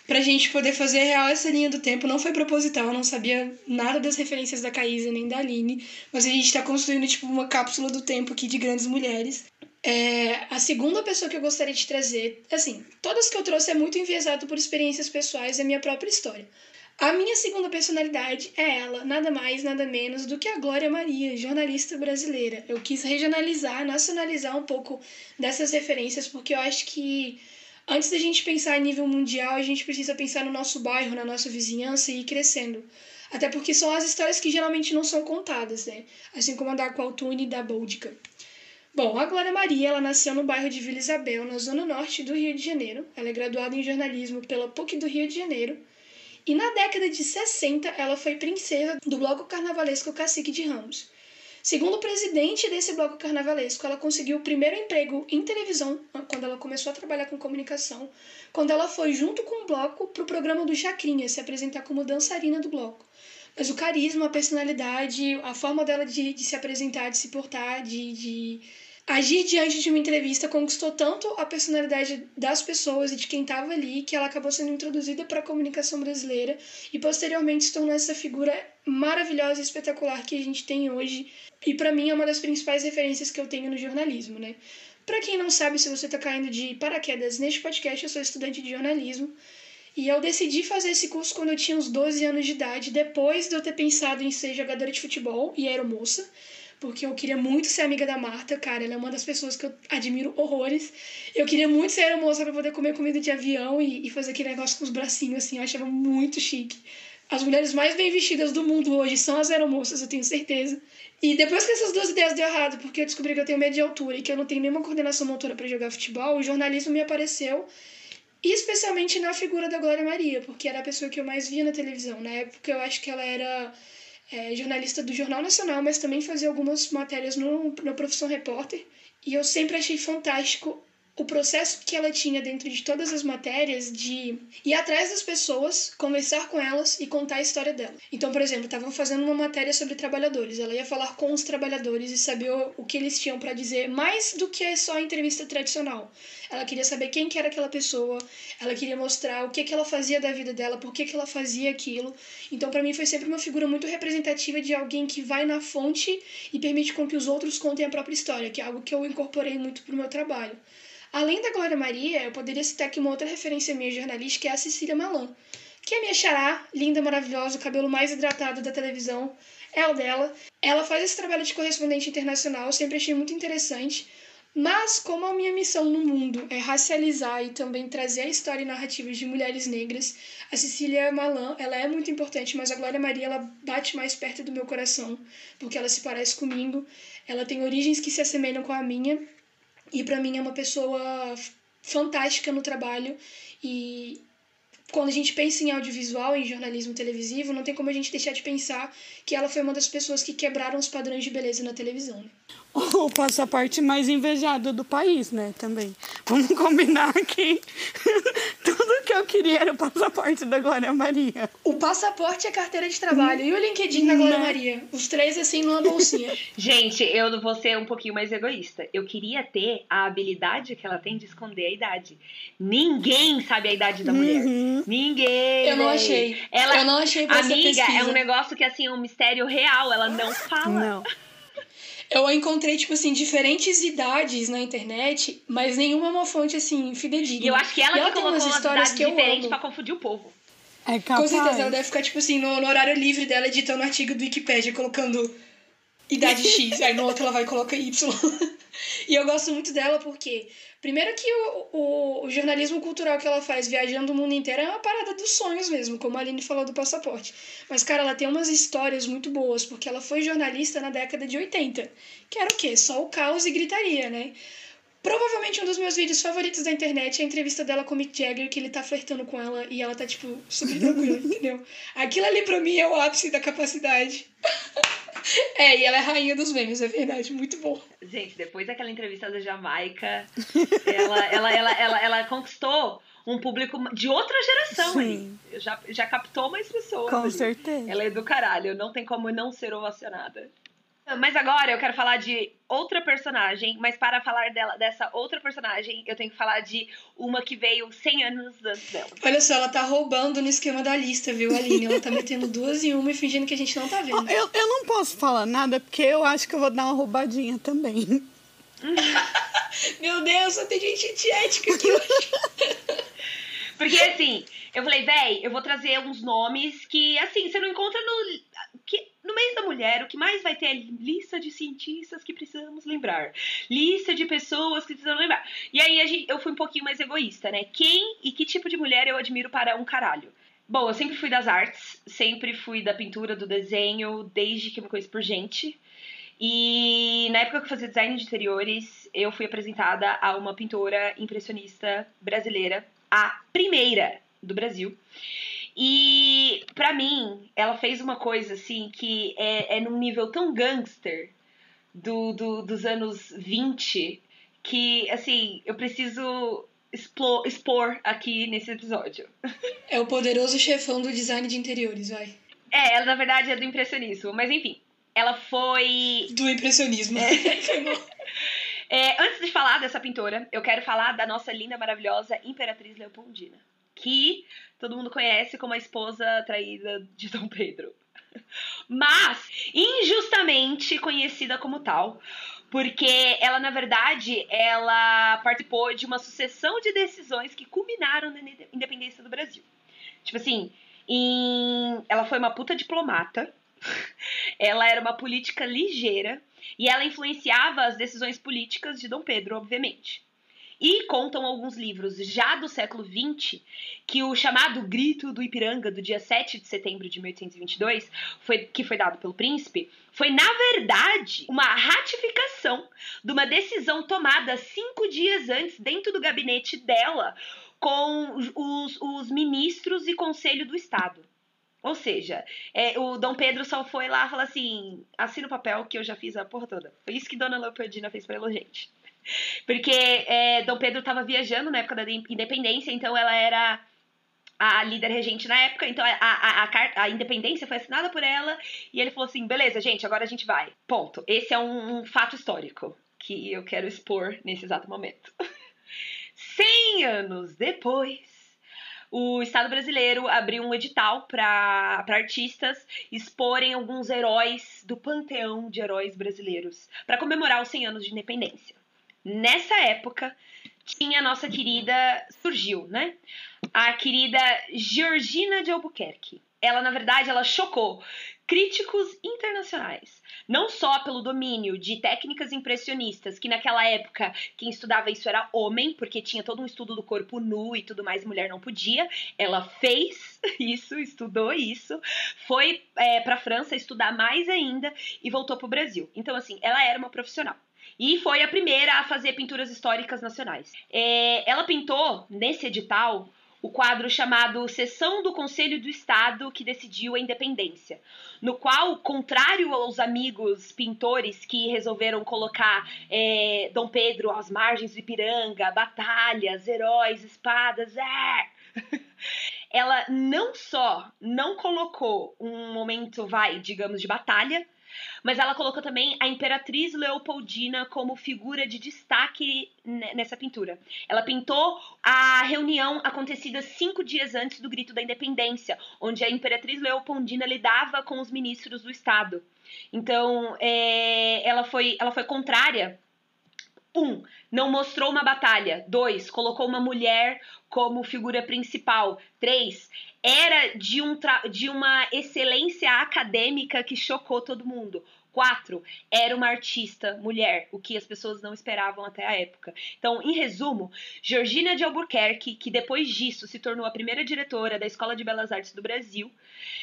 pra gente poder fazer real essa linha do tempo. Não foi proposital, eu não sabia nada das referências da Caísa nem da Aline, mas a gente tá construindo tipo uma cápsula do tempo aqui de grandes mulheres. É, a segunda pessoa que eu gostaria de trazer, assim, todas que eu trouxe é muito enviesado por experiências pessoais e a minha própria história. A minha segunda personalidade é ela, nada mais, nada menos do que a Glória Maria, jornalista brasileira. Eu quis regionalizar, nacionalizar um pouco dessas referências, porque eu acho que antes da gente pensar a nível mundial, a gente precisa pensar no nosso bairro, na nossa vizinhança e ir crescendo. Até porque são as histórias que geralmente não são contadas, né? Assim como a da Qualtune e da Boudica. Bom, a Glória Maria, ela nasceu no bairro de Vila Isabel, na zona norte do Rio de Janeiro. Ela é graduada em jornalismo pela P U C do Rio de Janeiro. E na década de sessenta, ela foi princesa do bloco carnavalesco Cacique de Ramos. Segundo o presidente desse bloco carnavalesco, ela conseguiu o primeiro emprego em televisão, quando ela começou a trabalhar com comunicação, quando ela foi junto com o bloco para o programa do Chacrinha, se apresentar como dançarina do bloco. Mas o carisma, a personalidade, a forma dela de, de se apresentar, de se portar, de, de agir diante de uma entrevista conquistou tanto a personalidade das pessoas e de quem estava ali, que ela acabou sendo introduzida para a comunicação brasileira e posteriormente se tornou essa figura maravilhosa e espetacular que a gente tem hoje. E para mim é uma das principais referências que eu tenho no jornalismo, né? Para quem não sabe, se você está caindo de paraquedas neste podcast, eu sou estudante de jornalismo. E eu decidi fazer esse curso quando eu tinha uns doze anos de idade, depois de eu ter pensado em ser jogadora de futebol e aeromoça, porque eu queria muito ser amiga da Marta, cara, ela é uma das pessoas que eu admiro horrores. Eu queria muito ser aeromoça para poder comer comida de avião e, e fazer aquele negócio com os bracinhos, assim, eu achava muito chique. As mulheres mais bem vestidas do mundo hoje são as aeromoças, eu tenho certeza. E depois que essas duas ideias deu errado, porque eu descobri que eu tenho medo de altura e que eu não tenho nenhuma coordenação motora para jogar futebol, o jornalismo me apareceu, especialmente na figura da Glória Maria, porque era a pessoa que eu mais via na televisão. Na época eu acho que ela era é, jornalista do Jornal Nacional, mas também fazia algumas matérias no, no Profissão Repórter. E eu sempre achei fantástico o processo que ela tinha dentro de todas as matérias de ir atrás das pessoas, conversar com elas e contar a história dela. Então, por exemplo, estavam fazendo uma matéria sobre trabalhadores. Ela ia falar com os trabalhadores e saber o, o que eles tinham para dizer, mais do que só a entrevista tradicional. Ela queria saber quem que era aquela pessoa, ela queria mostrar o que, que ela fazia da vida dela, por que, que ela fazia aquilo. Então, para mim, foi sempre uma figura muito representativa de alguém que vai na fonte e permite com que os outros contem a própria história, que é algo que eu incorporei muito pro meu trabalho. Além da Glória Maria, eu poderia citar aqui uma outra referência minha jornalística, que é a Cecília Malan, que é minha xará, linda, maravilhosa, o cabelo mais hidratado da televisão, é o dela. Ela faz esse trabalho de correspondente internacional, eu sempre achei muito interessante, mas como a minha missão no mundo é racializar e também trazer a história e narrativas de mulheres negras, a Cecília Malan, ela é muito importante, mas a Glória Maria, ela bate mais perto do meu coração, porque ela se parece comigo, ela tem origens que se assemelham com a minha, e pra mim é uma pessoa fantástica no trabalho. E quando a gente pensa em audiovisual, em jornalismo televisivo, não tem como a gente deixar de pensar que ela foi uma das pessoas que quebraram os padrões de beleza na televisão, né? O passaporte mais invejado do país, né, também. Vamos combinar aqui. Tudo que eu queria era o passaporte da Glória Maria. O passaporte e a carteira de trabalho. E o LinkedIn da Glória Maria. Os três, assim, numa bolsinha. Gente, eu vou ser um pouquinho mais egoísta. Eu queria ter a habilidade que ela tem de esconder a idade. Ninguém sabe a idade da mulher. Uhum. Ninguém. Eu não achei. Ela, eu não achei pra essa amiga, pesquisa. é um negócio que, assim, é um mistério real. Ela não fala. Não. Eu encontrei, tipo assim, diferentes idades na internet, mas nenhuma é uma fonte, assim, fidedigna. E eu acho que ela e que ela tem colocou umas umas histórias idades que eu diferentes amo. pra confundir o povo. É capaz. Com certeza, ela deve ficar, tipo assim, no, no horário livre dela, editando artigo do Wikipédia, colocando idade X, aí no outro ela vai e coloca Y. E eu gosto muito dela porque, primeiro que o, o, o jornalismo cultural que ela faz, viajando o mundo inteiro, é uma parada dos sonhos mesmo, como a Aline falou do passaporte. Mas, cara, ela tem umas histórias muito boas, porque ela foi jornalista na década de oitenta, que era o quê? Só o caos e gritaria, né? Provavelmente um dos meus vídeos favoritos da internet é a entrevista dela com o Mick Jagger, que ele tá flertando com ela e ela tá, tipo, super tranquila, entendeu? Aquilo ali pra mim é o ápice da capacidade. É, e ela é rainha dos memes, é verdade, muito bom. Gente, depois daquela entrevista da Jamaica, ela, ela, ela, ela, ela conquistou um público de outra geração ali. Já, já captou mais pessoas. Com ali. certeza. Ela é do caralho, não tem como não ser ovacionada. Mas agora eu quero falar de outra personagem, mas para falar dela, dessa outra personagem, eu tenho que falar de uma que veio cem anos antes dela. Olha só, ela tá roubando no esquema da lista, viu, Aline? Ela tá metendo duas em uma e fingindo que a gente não tá vendo. Eu, eu não posso falar nada, porque eu acho que eu vou dar uma roubadinha também. Meu Deus, só tem gente antiética aqui hoje. Porque, assim, eu falei, véi, eu vou trazer uns nomes que, assim, você não encontra no... Que, no mês da mulher, o que mais vai ter é lista de cientistas que precisamos lembrar. Lista de pessoas que precisamos lembrar. E aí a gente, eu fui um pouquinho mais egoísta, né? Quem e que tipo de mulher eu admiro para um caralho? Bom, eu sempre fui das artes, sempre fui da pintura, do desenho, desde que eu me conheço por gente. E na época que eu fazia design de interiores, eu fui apresentada a uma pintora impressionista brasileira, a primeira do Brasil. E pra mim, ela fez uma coisa assim que é, é num nível tão gangster do, do, dos anos vinte que, assim, eu preciso expor, expor aqui nesse episódio. É o poderoso chefão do design de interiores, vai. É, ela na verdade é do impressionismo, mas enfim, ela foi... Do impressionismo. É. É, antes de falar dessa pintora, eu quero falar da nossa linda, maravilhosa Imperatriz Leopoldina, que todo mundo conhece como a esposa traída de Dom Pedro. Mas, injustamente conhecida como tal, porque ela, na verdade, ela participou de uma sucessão de decisões que culminaram na independência do Brasil. Tipo assim, em... ela foi uma puta diplomata, ela era uma política ligeira, e ela influenciava as decisões políticas de Dom Pedro, obviamente. E contam alguns livros já do século vinte que o chamado Grito do Ipiranga, do dia sete de setembro de mil oitocentos e vinte e dois, foi, que foi dado pelo príncipe, foi, na verdade, uma ratificação de uma decisão tomada cinco dias antes dentro do gabinete dela com os, os ministros e conselho do Estado. Ou seja, é, o Dom Pedro só foi lá e falou assim, assina o papel que eu já fiz a porra toda. Foi isso que Dona Leopoldina fez pra ela, gente. Porque é, Dom Pedro estava viajando na época da independência, então ela era a líder regente na época, então a, a, a, a independência foi assinada por ela, e ele falou assim, beleza, gente, agora a gente vai. Ponto. Esse é um, um fato histórico que eu quero expor nesse exato momento. Cem anos depois, o Estado brasileiro abriu um edital para artistas exporem alguns heróis do panteão de heróis brasileiros para comemorar os cem anos de independência. Nessa época, tinha a nossa querida, surgiu, né? A querida Georgina de Albuquerque. Ela, na verdade, ela chocou críticos internacionais. Não só pelo domínio de técnicas impressionistas, que naquela época quem estudava isso era homem, porque tinha todo um estudo do corpo nu e tudo mais, mulher não podia. Ela fez isso, estudou isso, foi é, para a França estudar mais ainda e voltou para o Brasil. Então, assim, ela era uma profissional. E foi a primeira a fazer pinturas históricas nacionais. É, ela pintou, nesse edital, o quadro chamado Sessão do Conselho do Estado que decidiu a independência, no qual, contrário aos amigos pintores que resolveram colocar é, Dom Pedro às margens do Ipiranga, batalhas, heróis, espadas, é... ela não só não colocou um momento, vai, digamos, de batalha, mas ela colocou também a Imperatriz Leopoldina como figura de destaque nessa pintura. Ela pintou a reunião acontecida cinco dias antes do Grito da Independência, onde a Imperatriz Leopoldina lidava com os ministros do Estado. Então, é, ela, foi, ela foi contrária. Um, não mostrou uma batalha. Dois, colocou uma mulher como figura principal. Três, era de, um de uma excelência acadêmica que chocou todo mundo. Quatro, era uma artista mulher, o que as pessoas não esperavam até a época. Então, em resumo, Georgina de Albuquerque, que depois disso se tornou a primeira diretora da Escola de Belas Artes do Brasil,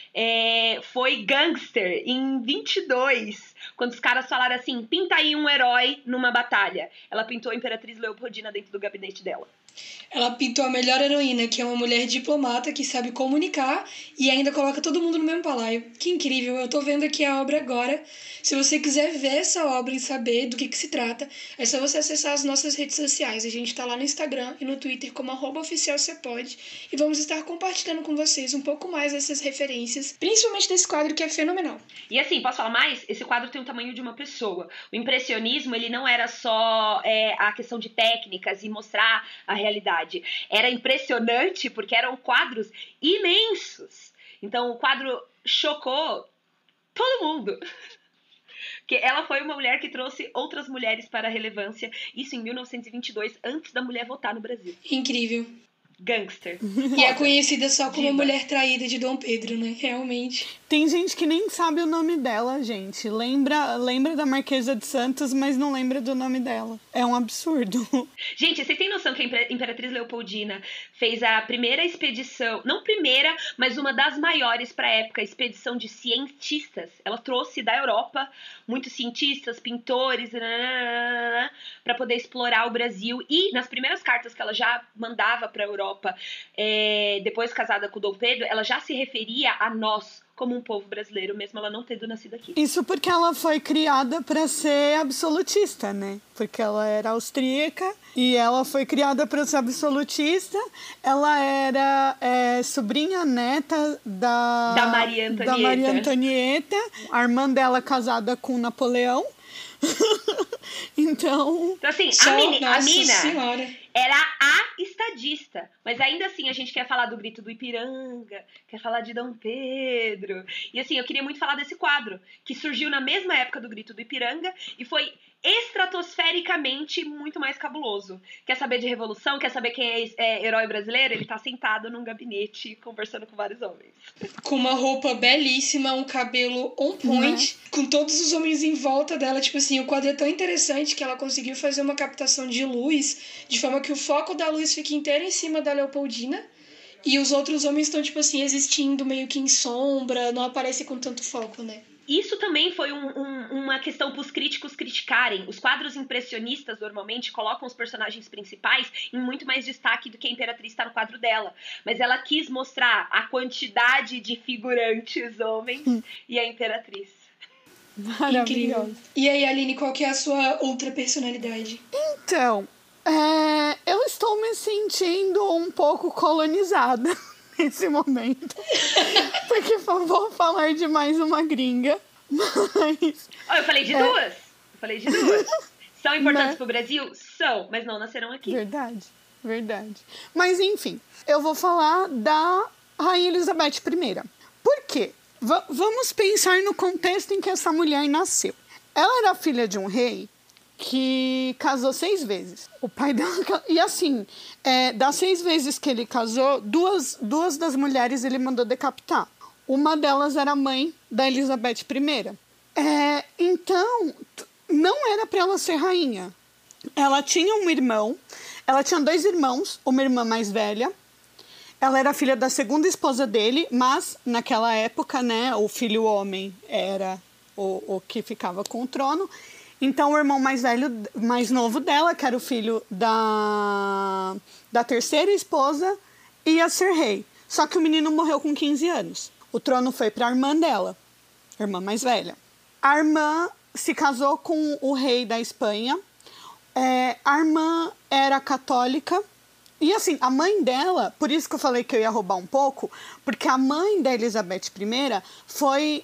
é, foi gangster em vinte e dois, quando os caras falaram assim, pinta aí um herói numa batalha. Ela pintou a Imperatriz Leopoldina dentro do gabinete dela. Ela pintou a melhor heroína, que é uma mulher diplomata que sabe comunicar e ainda coloca todo mundo no mesmo balaio. Que incrível, eu tô vendo aqui a obra agora. Se você quiser ver essa obra e saber do que, que se trata, é só você acessar as nossas redes sociais. A gente tá lá no Instagram e no Twitter como arroba oficial cê pode e vamos estar compartilhando com vocês um pouco mais dessas referências, principalmente desse quadro que é fenomenal. E assim, posso falar mais? Esse quadro quadro tem o tamanho de uma pessoa. O impressionismo, ele não era só é, a questão de técnicas e mostrar a realidade. Era impressionante porque eram quadros imensos. Então, o quadro chocou todo mundo. Porque ela foi uma mulher que trouxe outras mulheres para a relevância. Isso em mil novecentos e vinte e dois, antes da mulher votar no Brasil. Incrível. Gangster. E é conhecida só como Diva. a mulher traída de Dom Pedro, né? Realmente. Tem gente que nem sabe o nome dela, gente. Lembra, lembra da Marquesa de Santos, mas não lembra do nome dela. É um absurdo. Gente, vocês têm noção que a Imperatriz Leopoldina fez a primeira expedição, não primeira, mas uma das maiores para a época, expedição de cientistas. Ela trouxe da Europa muitos cientistas, pintores, para poder explorar o Brasil. E nas primeiras cartas que ela já mandava para a Europa, é, depois casada com o Dom Pedro, ela já se referia a nós como um povo brasileiro, mesmo ela não tendo nascido aqui. Isso porque ela foi criada para ser absolutista, né? Porque ela era austríaca e ela foi criada para ser absolutista. Ela era é, sobrinha neta da, da Maria Antonieta. Da Maria Antonieta, a irmã dela casada com Napoleão. então... Então, assim, Só, a, meni, a nossa mina senhora. era a estadista. Mas ainda assim, a gente quer falar do Grito do Ipiranga, quer falar de Dom Pedro. E assim, eu queria muito falar desse quadro, que surgiu na mesma época do Grito do Ipiranga e foi estratosfericamente muito mais cabuloso. Quer saber de revolução? Quer saber quem é, é herói brasileiro? Ele tá sentado num gabinete conversando com vários homens. Com uma roupa belíssima, um cabelo on point, uhum. com todos os homens em volta dela. Tipo assim, o quadro é tão interessante que ela conseguiu fazer uma captação de luz, de forma que o foco da luz fique inteiro em cima da Leopoldina. E os outros homens estão, tipo assim, existindo meio que em sombra, não aparecem com tanto foco, né? Isso também foi um, um, uma questão para os críticos criticarem. Os quadros impressionistas, normalmente, colocam os personagens principais em muito mais destaque do que a Imperatriz está no quadro dela. Mas ela quis mostrar a quantidade de figurantes homens hum. e a Imperatriz. Incrível. E aí, Aline, qual que é a sua outra personalidade? Então, é, eu estou me sentindo um pouco colonizada nesse momento. Porque vou falar de mais uma gringa. Mas. Oh, eu falei de é... duas. Eu falei de duas. São importantes mas... pro Brasil? São, mas não nasceram aqui. Verdade, verdade. Mas enfim, eu vou falar da Rainha Elizabeth I. Por quê? V- vamos pensar no contexto em que essa mulher nasceu. Ela era filha de um rei que casou seis vezes. O pai dela... E assim, é, das seis vezes que ele casou, duas, duas das mulheres ele mandou decapitar. Uma delas era a mãe da Elizabeth I. É, então, não era para ela ser rainha. Ela tinha um irmão, ela tinha dois irmãos, uma irmã mais velha. Ela era filha da segunda esposa dele, mas naquela época, né, o filho homem era o, o que ficava com o trono. Então, o irmão mais velho, mais novo dela, que era o filho da, da terceira esposa, ia ser rei. Só que o menino morreu com quinze anos. O trono foi para a irmã dela, a irmã mais velha. A irmã se casou com o rei da Espanha. É, a irmã era católica. E assim, a mãe dela, por isso que eu falei que eu ia roubar um pouco, porque a mãe da Elizabeth I foi...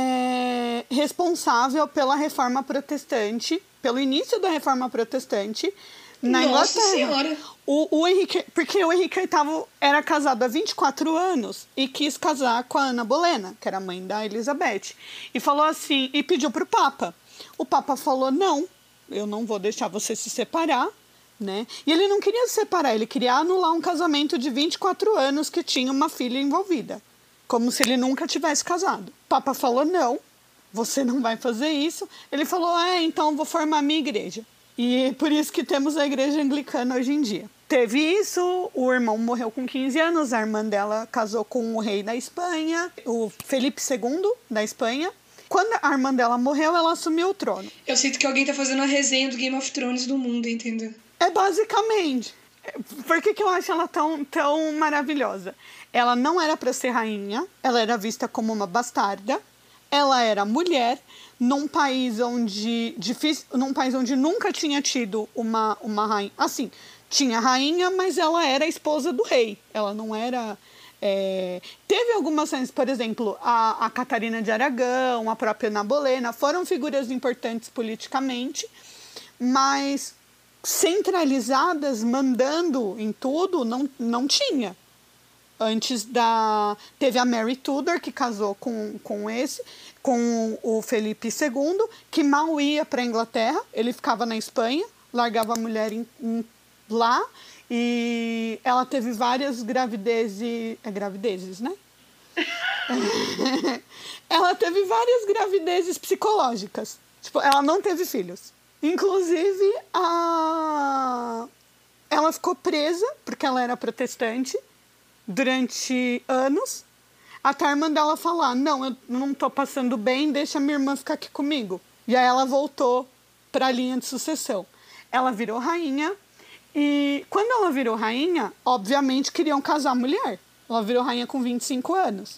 É, responsável pela reforma protestante, pelo início da reforma protestante na Nossa Inglaterra. Senhora! O, o Henrique, porque o Henrique oitavo era casado há vinte e quatro anos e quis casar com a Ana Bolena, que era a mãe da Elizabeth. E falou assim, e pediu pro Papa. O Papa falou, não, eu não vou deixar você se separar, né? E ele não queria se separar, ele queria anular um casamento de vinte e quatro anos que tinha uma filha envolvida. Como se ele nunca tivesse casado. O Papa falou, não, você não vai fazer isso. Ele falou, é, então vou formar a minha igreja. E por isso que temos a igreja anglicana hoje em dia. Teve isso, o irmão morreu com quinze anos, a irmã dela casou com o rei da Espanha, o Felipe segundo da Espanha. Quando a irmã dela morreu, ela assumiu o trono. Eu sinto que alguém tá fazendo a resenha do Game of Thrones do mundo, entendeu? É basicamente. Por que, que eu acho ela tão, tão maravilhosa? Ela não era para ser rainha, ela era vista como uma bastarda, ela era mulher, num país onde, difícil, num país onde nunca tinha tido uma, uma rainha. Assim, tinha rainha, mas ela era a esposa do rei. Ela não era... É, teve algumas cenas, por exemplo, a, a Catarina de Aragão, a própria Ana Bolena, foram figuras importantes politicamente, mas centralizadas, mandando em tudo, não, não tinha. Antes da... Teve a Mary Tudor, que casou com, com esse, com o Felipe segundo, que mal ia para a Inglaterra, ele ficava na Espanha, largava a mulher em, em, lá, e ela teve várias gravidezes... É gravidezes, né? Ela teve várias gravidezes psicológicas. Tipo, ela não teve filhos. Inclusive, a... ela ficou presa, porque ela era protestante, durante anos, até a irmã dela falar, não, eu não tô passando bem, deixa minha irmã ficar aqui comigo. E aí ela voltou para a linha de sucessão. Ela virou rainha, e quando ela virou rainha, obviamente queriam casar a mulher. Ela virou rainha com vinte e cinco anos.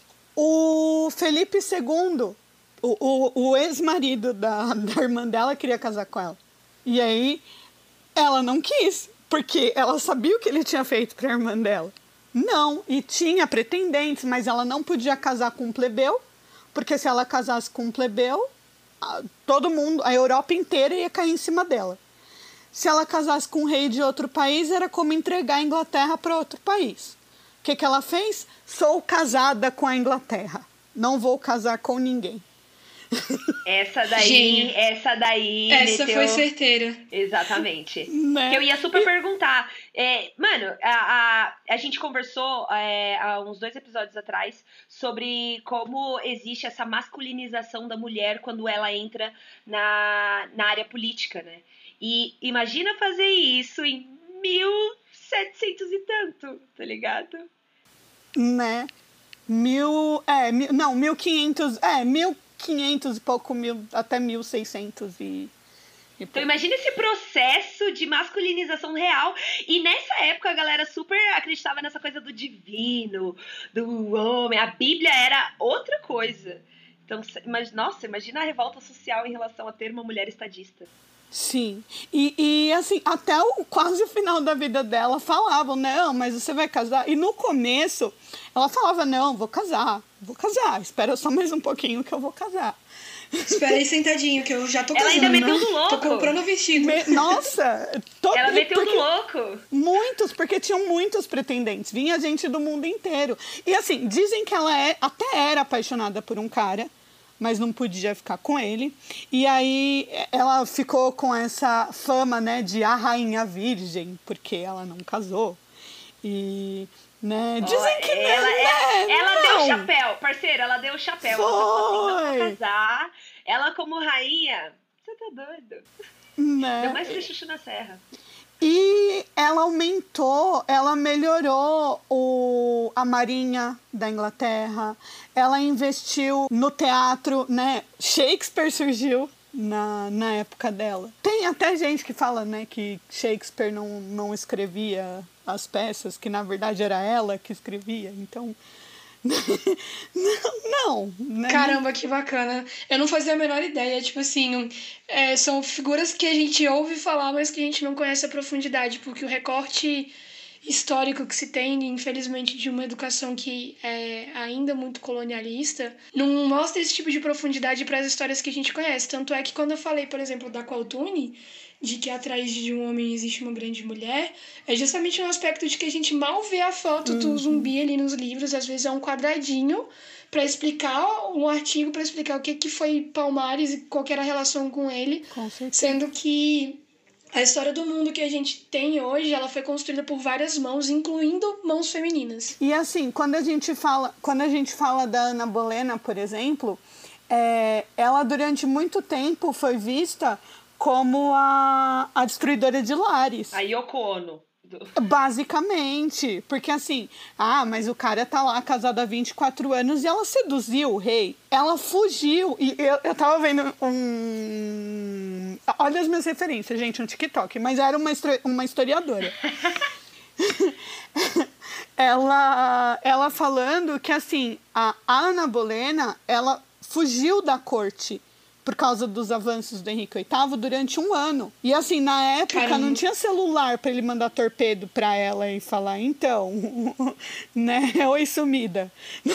O Felipe segundo, o, o, o ex-marido da, da irmã dela, queria casar com ela. E aí ela não quis, porque ela sabia o que ele tinha feito para a irmã dela. Não, e tinha pretendentes, mas ela não podia casar com um plebeu, porque se ela casasse com um plebeu, todo mundo, a Europa inteira ia cair em cima dela. Se ela casasse com um rei de outro país, era como entregar a Inglaterra para outro país. O que, que ela fez? Sou casada com a Inglaterra, não vou casar com ninguém. Essa daí, Gênio. essa daí... Essa meteu... foi certeira. Exatamente. Né? Que eu ia super perguntar. É, mano, a, a, a gente conversou é, há uns dois episódios atrás sobre como existe essa masculinização da mulher quando ela entra na, na área política, né? E imagina fazer isso em mil e setecentos e tanto, tá ligado? Né? Mil... É, mil, não, mil e quinhentos... É, mil... quinhentos e pouco mil, até mil e seiscentos e, e Então imagina esse processo de masculinização real. E nessa época a galera super acreditava nessa coisa do divino, do homem. A Bíblia era outra coisa. Então, mas, nossa, imagina a revolta social em relação a ter uma mulher estadista. Sim, e, e assim, até o quase o final da vida dela falavam, não, mas você vai casar. E no começo, ela falava, não, vou casar, vou casar, espera só mais um pouquinho que eu vou casar. Espera aí sentadinho, que eu já tô casando. Ela ainda meteu né? do louco. Tô comprando o vestido. Me, nossa! Todo, Ela meteu porque, do louco. Muitos, porque tinham muitos pretendentes, vinha gente do mundo inteiro. E assim, dizem que ela é, até era apaixonada por um cara, mas não podia ficar com ele. E aí ela ficou com essa fama, né, de a rainha virgem, porque ela não casou. E, né, dizem oh, que ela, né, ela, ela não. deu o chapéu, parceira, ela deu o chapéu. Ela falou assim, não Foi. vou casar. Ela como rainha, você tá doido? Né? Deu mais que chuchu na serra. E ela aumentou, ela melhorou o, a marinha da Inglaterra, ela investiu no teatro, né? Shakespeare surgiu na, na época dela. Tem até gente que fala, né, que Shakespeare não, não escrevia as peças, que na verdade era ela que escrevia, então... não, não né? Caramba, que bacana. Eu não fazia a menor ideia. Tipo assim, é, são figuras que a gente ouve falar, mas que a gente não conhece a profundidade, porque o recorte histórico que se tem, infelizmente, de uma educação que é ainda muito colonialista, não mostra esse tipo de profundidade para as histórias que a gente conhece. Tanto é que quando eu falei, por exemplo, da Qualtune, de que atrás de um homem existe uma grande mulher, é justamente no aspecto de que a gente mal vê a foto uhum. do zumbi ali nos livros, às vezes é um quadradinho para explicar, um artigo para explicar o que, que foi Palmares e qual que era a relação com ele, com sendo que a história do mundo que a gente tem hoje, ela foi construída por várias mãos, incluindo mãos femininas. E assim, quando a gente fala, quando a gente fala da Ana Bolena, por exemplo, é, ela durante muito tempo foi vista como a, a destruidora de lares. A Yoko Ono. Basicamente. Porque assim, ah, mas o cara tá lá casado há vinte e quatro anos e ela seduziu o rei. Ela fugiu. E eu, eu tava vendo um... Olha as minhas referências, gente, um TikTok. Mas era uma, uma historiadora. ela, ela falando que assim, a Ana Bolena, ela fugiu da corte por causa dos avanços do Henrique oitavo durante um ano. E assim, na época Caramba. não tinha celular para ele mandar torpedo para ela e falar, então, né, oi sumida.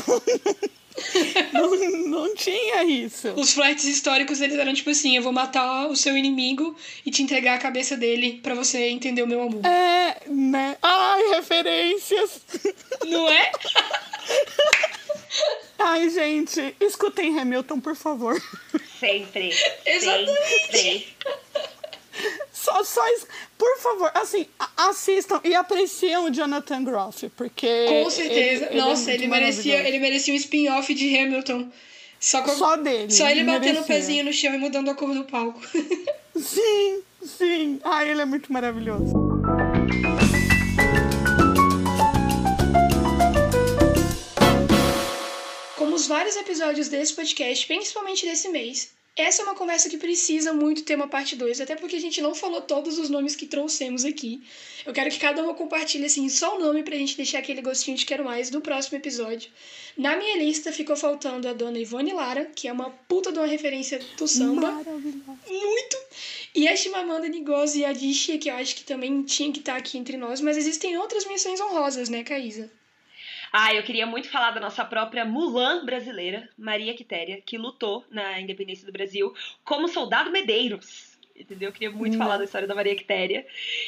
Não, não tinha isso. Os flertes históricos, eles eram tipo assim, eu vou matar o seu inimigo e te entregar a cabeça dele pra você entender o meu amor. É, né? Ai, referências. Não é? Ai, gente, escutem Hamilton, por favor. Sempre. Exatamente. Sempre. Só, só, es- por favor, assim, a- assistam e apreciem o Jonathan Groff, porque... Com certeza. ele- ele é Nossa, muito ele, merecia, maravilhoso. ele merecia um spin-off de Hamilton. Só, com- Só dele. Só ele batendo o merecia. pezinho no chão e mudando a cor do palco. Sim, sim. Ai, ele é muito maravilhoso. Como os vários episódios desse podcast, principalmente desse mês, essa é uma conversa que precisa muito ter uma parte dois, até porque a gente não falou todos os nomes que trouxemos aqui. Eu quero que cada uma compartilhe assim, só o nome pra gente deixar aquele gostinho de quero mais do próximo episódio. Na minha lista ficou faltando a dona Ivone Lara, que é uma puta de uma referência do samba. Maravilhoso. Muito! E a Chimamanda Ngozi e a Adichie, que eu acho que também tinha que estar aqui entre nós, mas existem outras menções honrosas, né, Caísa? Ah, eu queria muito falar da nossa própria Mulan brasileira, Maria Quitéria, que lutou na independência do Brasil como soldado Medeiros. Entendeu? Eu queria muito Não. falar da história da Maria Quitéria.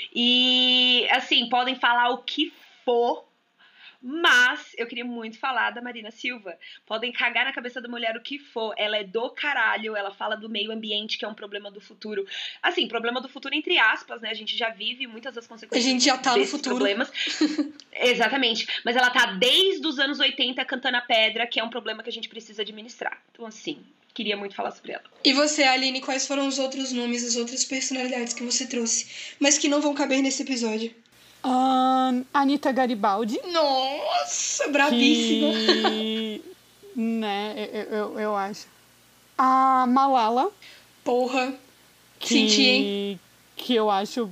E, assim, podem falar o que for, mas eu queria muito falar da Marina Silva. Podem cagar na cabeça da mulher o que for. Ela é do caralho, ela fala do meio ambiente, que é um problema do futuro. Assim, problema do futuro entre aspas, né? A gente já vive muitas das A consequências gente já tá no desses futuro. problemas. Exatamente. Mas ela tá desde os anos oitenta cantando a pedra, que é um problema que a gente precisa administrar. Então, assim, queria muito falar sobre ela. E você, Aline, quais foram os outros nomes, as outras personalidades que você trouxe, mas que não vão caber nesse episódio? Ahn, Anitta Garibaldi. Nossa, brabíssima! Que, né, eu, eu, eu acho. A Malala. Porra, Que, senti, hein? que eu acho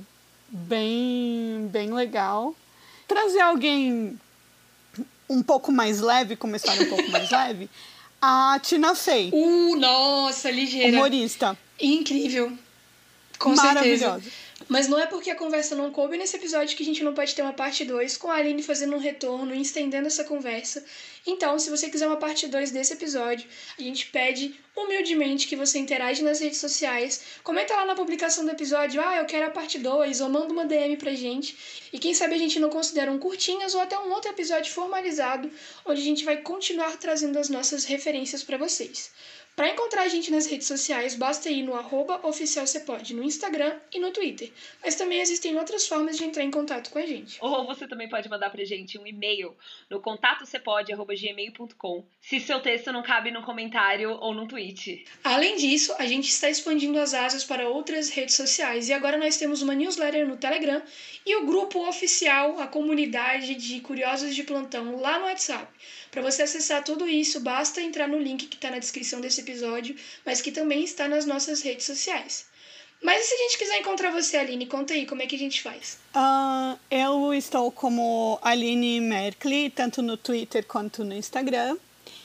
bem, bem legal. Trazer alguém um pouco mais leve, com uma história um pouco mais leve, a Tina Fey, Uh, nossa, ligeira. humorista. Incrível. Com Maravilhosa. certeza. Mas não é porque a conversa não coube nesse episódio que a gente não pode ter uma parte dois, com a Aline fazendo um retorno e estendendo essa conversa. Então, se você quiser uma parte dois desse episódio, a gente pede humildemente que você interage nas redes sociais, comenta lá na publicação do episódio, ah, eu quero a parte dois, ou manda uma D M pra gente. E quem sabe a gente não considera um curtinhas ou até um outro episódio formalizado, onde a gente vai continuar trazendo as nossas referências pra vocês. Para encontrar a gente nas redes sociais, basta ir no arroba oficialcepod no Instagram e no Twitter. Mas também existem outras formas de entrar em contato com a gente. Ou você também pode mandar pra gente um e-mail no contato cepod arroba gmail ponto com, se seu texto não cabe no comentário ou no tweet. Além disso, a gente está expandindo as asas para outras redes sociais e agora nós temos uma newsletter no Telegram e o grupo oficial, a comunidade de curiosos de plantão lá no WhatsApp. Para você acessar tudo isso, basta entrar no link que está na descrição desse episódio, mas que também está nas nossas redes sociais. Mas e se a gente quiser encontrar você, Aline? Conta aí, como é que a gente faz? Ah, eu estou como Aline Merkley, tanto no Twitter quanto no Instagram.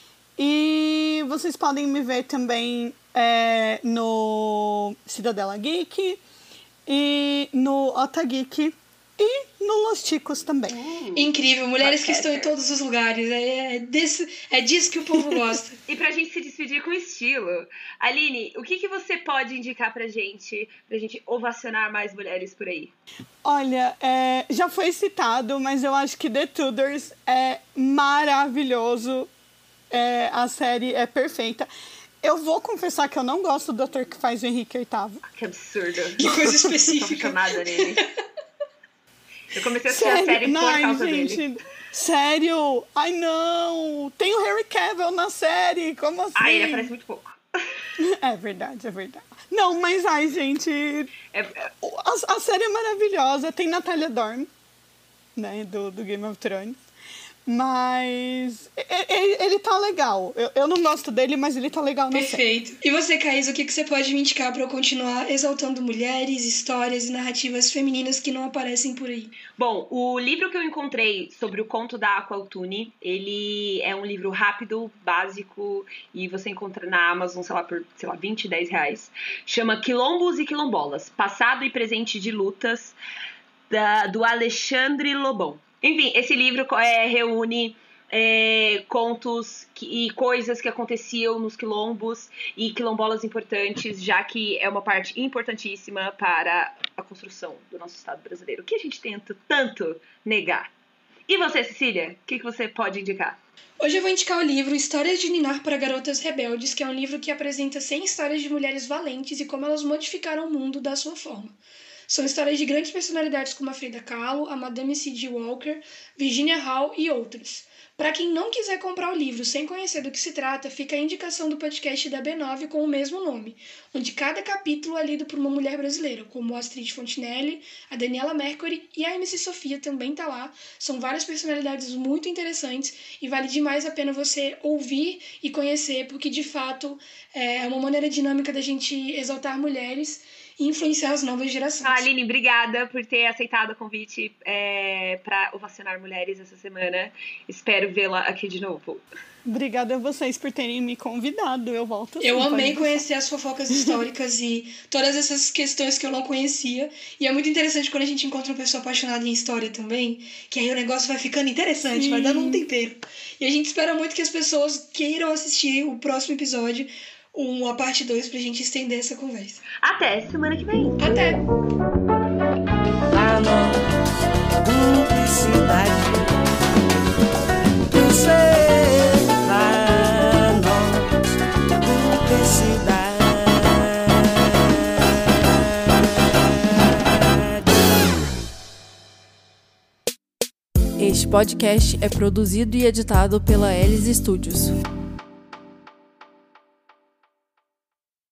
E vocês podem me ver também é, no Cidadela Geek e no Otageek e no Los Ticos também. Incrível, mulheres que podcaster. estão em todos os lugares. É, é, desse, é disso que o povo gosta. E pra gente se despedir com estilo, Aline, o que, que você pode indicar pra gente, pra gente ovacionar mais mulheres por aí? Olha, é, já foi citado, mas eu acho que The Tudors é maravilhoso. É, a série é perfeita. Eu vou confessar que eu não gosto do ator que faz o Henrique oitavo. Que absurdo. Que coisa Tô específica. chamada nele. Eu comecei a assistir a série por Ai, causa gente, dele. sério? Ai, não! Tem o Harry Cavill na série, como assim? Ai, ele aparece muito pouco. É verdade, é verdade. Não, mas ai, gente, É, é, a, a série é maravilhosa. Tem Natália Dorn, né, do, do Game of Thrones. Mas ele, ele tá legal. Eu, eu não gosto dele, mas ele tá legal na série. Perfeito. E você, Caís, o que, que você pode me indicar pra eu continuar exaltando mulheres, histórias e narrativas femininas que não aparecem por aí? Bom, o livro que eu encontrei sobre o conto da Aqua Altune, ele é um livro rápido, básico, e você encontra na Amazon, sei lá, por, sei lá, vinte, dez reais. Chama Quilombos e Quilombolas, Passado e Presente de Lutas, da, do Alexandre Lobão. Enfim, esse livro é, reúne é, contos que, e coisas que aconteciam nos quilombos e quilombolas importantes, já que é uma parte importantíssima para a construção do nosso Estado brasileiro, que a gente tenta tanto negar. E você, Cecília, o que, que você pode indicar? Hoje eu vou indicar o livro Histórias de Ninar para Garotas Rebeldes, que é um livro que apresenta cem histórias de mulheres valentes e como elas modificaram o mundo da sua forma. São histórias de grandes personalidades como a Frida Kahlo, a Madame C G Walker, Virginia Hall e outras. Para quem não quiser comprar o livro sem conhecer do que se trata, fica a indicação do podcast da B nove com o mesmo nome, onde cada capítulo é lido por uma mulher brasileira, como a Astrid Fontinelli, a Daniela Mercury e a M C Sofia também tá lá. São várias personalidades muito interessantes e vale demais a pena você ouvir e conhecer, porque de fato é uma maneira dinâmica da gente exaltar mulheres e influenciar as novas gerações. Ah, Aline, obrigada por ter aceitado o convite é, para ovacionar mulheres essa semana. Espero vê-la aqui de novo. Obrigada a vocês por terem me convidado. Eu volto. Eu assim, amei conhecer as fofocas históricas e todas essas questões que eu não conhecia. E é muito interessante quando a gente encontra uma pessoa apaixonada em história também, que aí o negócio vai ficando interessante, Sim. vai dando um tempero. E a gente espera muito que as pessoas queiram assistir o próximo episódio, uma parte dois, pra gente estender essa conversa. Até semana que vem. Até! A publicidade do ser a publicidade. Este podcast é produzido e editado pela Elis Studios.